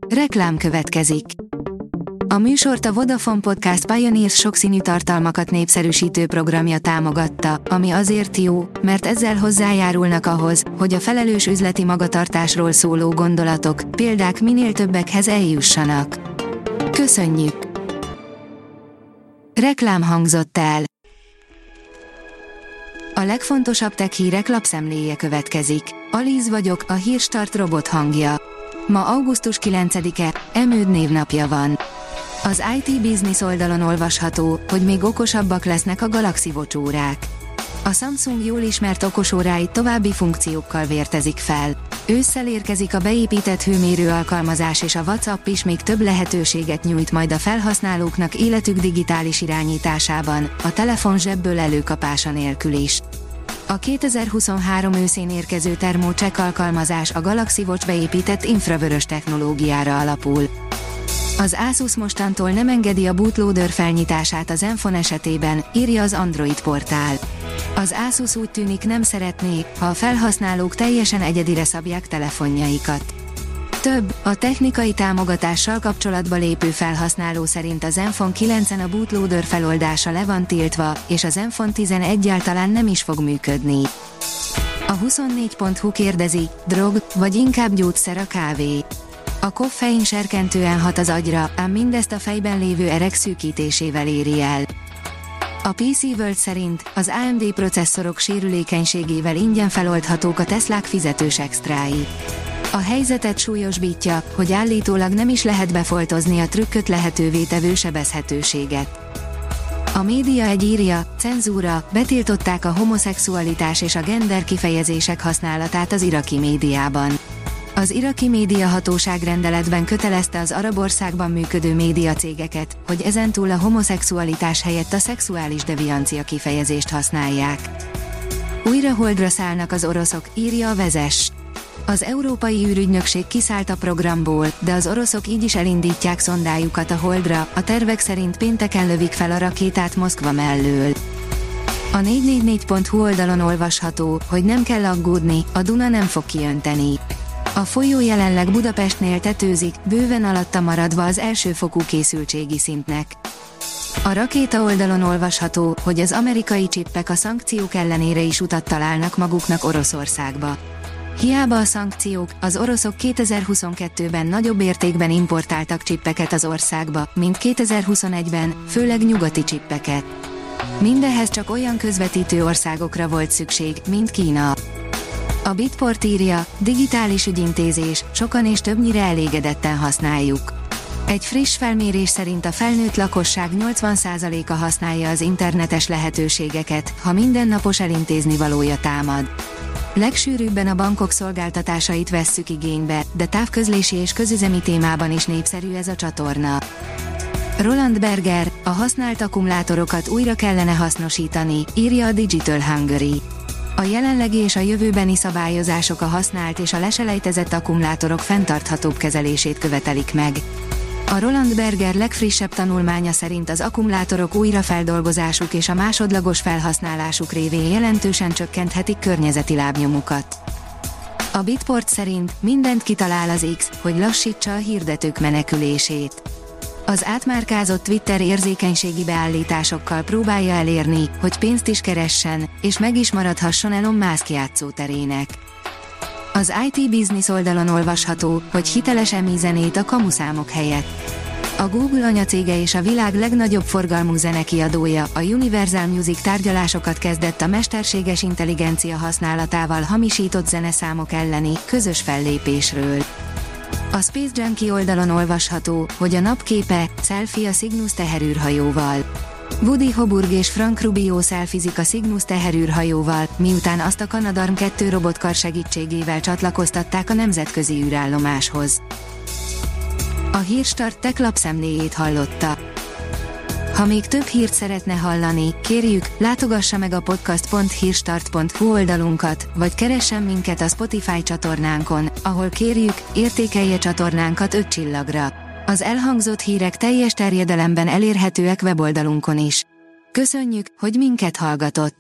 Reklám következik. A műsort a Vodafone Podcast Pioneers sokszínű tartalmakat népszerűsítő programja támogatta, ami azért jó, mert ezzel hozzájárulnak ahhoz, hogy a felelős üzleti magatartásról szóló gondolatok, példák minél többekhez eljussanak. Köszönjük! Reklám hangzott el. A legfontosabb tech hírek lapszemléje következik. Alíz vagyok, a Hírstart robot hangja. Ma augusztus 9-e, Emőd névnapja van. Az IT Business oldalon olvasható, hogy még okosabbak lesznek a Galaxy Watch órák. A Samsung jól ismert okosóráit további funkciókkal vértezik fel. Ősszel érkezik a beépített hőmérő alkalmazás, és a WhatsApp is még több lehetőséget nyújt majd a felhasználóknak életük digitális irányításában, a telefon zsebből előkapása nélkül is. A 2023 őszén érkező ThermoCheck alkalmazás a Galaxy Watch beépített infravörös technológiára alapul. Az Asus mostantól nem engedi a bootloader felnyitását a Zenfone esetében, írja az Android portál. Az Asus úgy tűnik nem szeretné, ha a felhasználók teljesen egyedire szabják telefonjaikat. Több, a technikai támogatással kapcsolatba lépő felhasználó szerint a Zenfone 9-en a bootloader feloldása le van tiltva, és a Zenfone 10 egyáltalán nem is fog működni. A 24.hu kérdezi, drog, vagy inkább gyógyszer a kávé. A koffein serkentően hat az agyra, ám mindezt a fejben lévő erek szűkítésével éri el. A PC World szerint az AMD processzorok sérülékenységével ingyen feloldhatók a Teslák fizetős extrái. A helyzetet súlyosbítja, hogy állítólag nem is lehet befoltozni a trükköt lehetővé tevő sebezhetőséget. A média egy írja, cenzúra, betiltották a homoszexualitás és a gender kifejezések használatát az iraki médiában. Az iraki médiahatóság rendeletben kötelezte az arab országban működő médiacégeket, hogy ezentúl a homoszexualitás helyett a szexuális deviancia kifejezést használják. Újra holdra szállnak az oroszok, írja a Vezes. Az Európai űrügynökség kiszállt a programból, de az oroszok így is elindítják szondájukat a holdra, a tervek szerint pénteken lövik fel a rakétát Moszkva mellől. A 444.hu oldalon olvasható, hogy nem kell aggódni, a Duna nem fog kiönteni. A folyó jelenleg Budapestnél tetőzik, bőven alatta maradva az elsőfokú készültségi szintnek. A rakéta oldalon olvasható, hogy az amerikai csippek a szankciók ellenére is utat találnak maguknak Oroszországba. Hiába a szankciók, az oroszok 2022-ben nagyobb értékben importáltak csippeket az országba, mint 2021-ben, főleg nyugati csippeket. Mindehhez csak olyan közvetítő országokra volt szükség, mint Kína. A Bitport írja, digitális ügyintézés, sokan és többnyire elégedetten használjuk. Egy friss felmérés szerint a felnőtt lakosság 80%-a használja az internetes lehetőségeket, ha mindennapos elintéznivalója támad. Legsűrűbben a bankok szolgáltatásait vesszük igénybe, de távközlési és közüzemi témában is népszerű ez a csatorna. Roland Berger, a használt akkumulátorokat újra kellene hasznosítani, írja a Digital Hungary. A jelenlegi és a jövőbeni szabályozások a használt és a leselejtezett akkumulátorok fenntarthatóbb kezelését követelik meg. A Roland Berger legfrissebb tanulmánya szerint az akkumulátorok újrafeldolgozásuk és a másodlagos felhasználásuk révén jelentősen csökkenthetik környezeti lábnyomukat. A Bitport szerint mindent kitalál az X, hogy lassítsa a hirdetők menekülését. Az átmárkázott Twitter érzékenységi beállításokkal próbálja elérni, hogy pénzt is keressen, és meg is maradhasson Elon Musk játszóterének. Az IT Business oldalon olvasható, hogy hiteles EMI zenét a kamuszámok helyett. A Google anyacége és a világ legnagyobb forgalmú zenekiadója, a Universal Music tárgyalásokat kezdett a mesterséges intelligencia használatával hamisított zeneszámok elleni, közös fellépésről. A Space Junkie oldalon olvasható, hogy a napképe, selfie a Cygnus teherűrhajóval. Woody Hoburg és Frank Rubio szelfizik a Cygnus teherűrhajóval, miután azt a Canadarm2 robotkar segítségével csatlakoztatták a nemzetközi űrállomáshoz. A Hírstart tech lapszemléjét hallotta. Ha még több hírt szeretne hallani, kérjük, látogassa meg a podcast.hírstart.hu oldalunkat, vagy keressen minket a Spotify csatornánkon, ahol kérjük, értékelje csatornánkat 5 csillagra. Az elhangzott hírek teljes terjedelemben elérhetőek weboldalunkon is. Köszönjük, hogy minket hallgatott!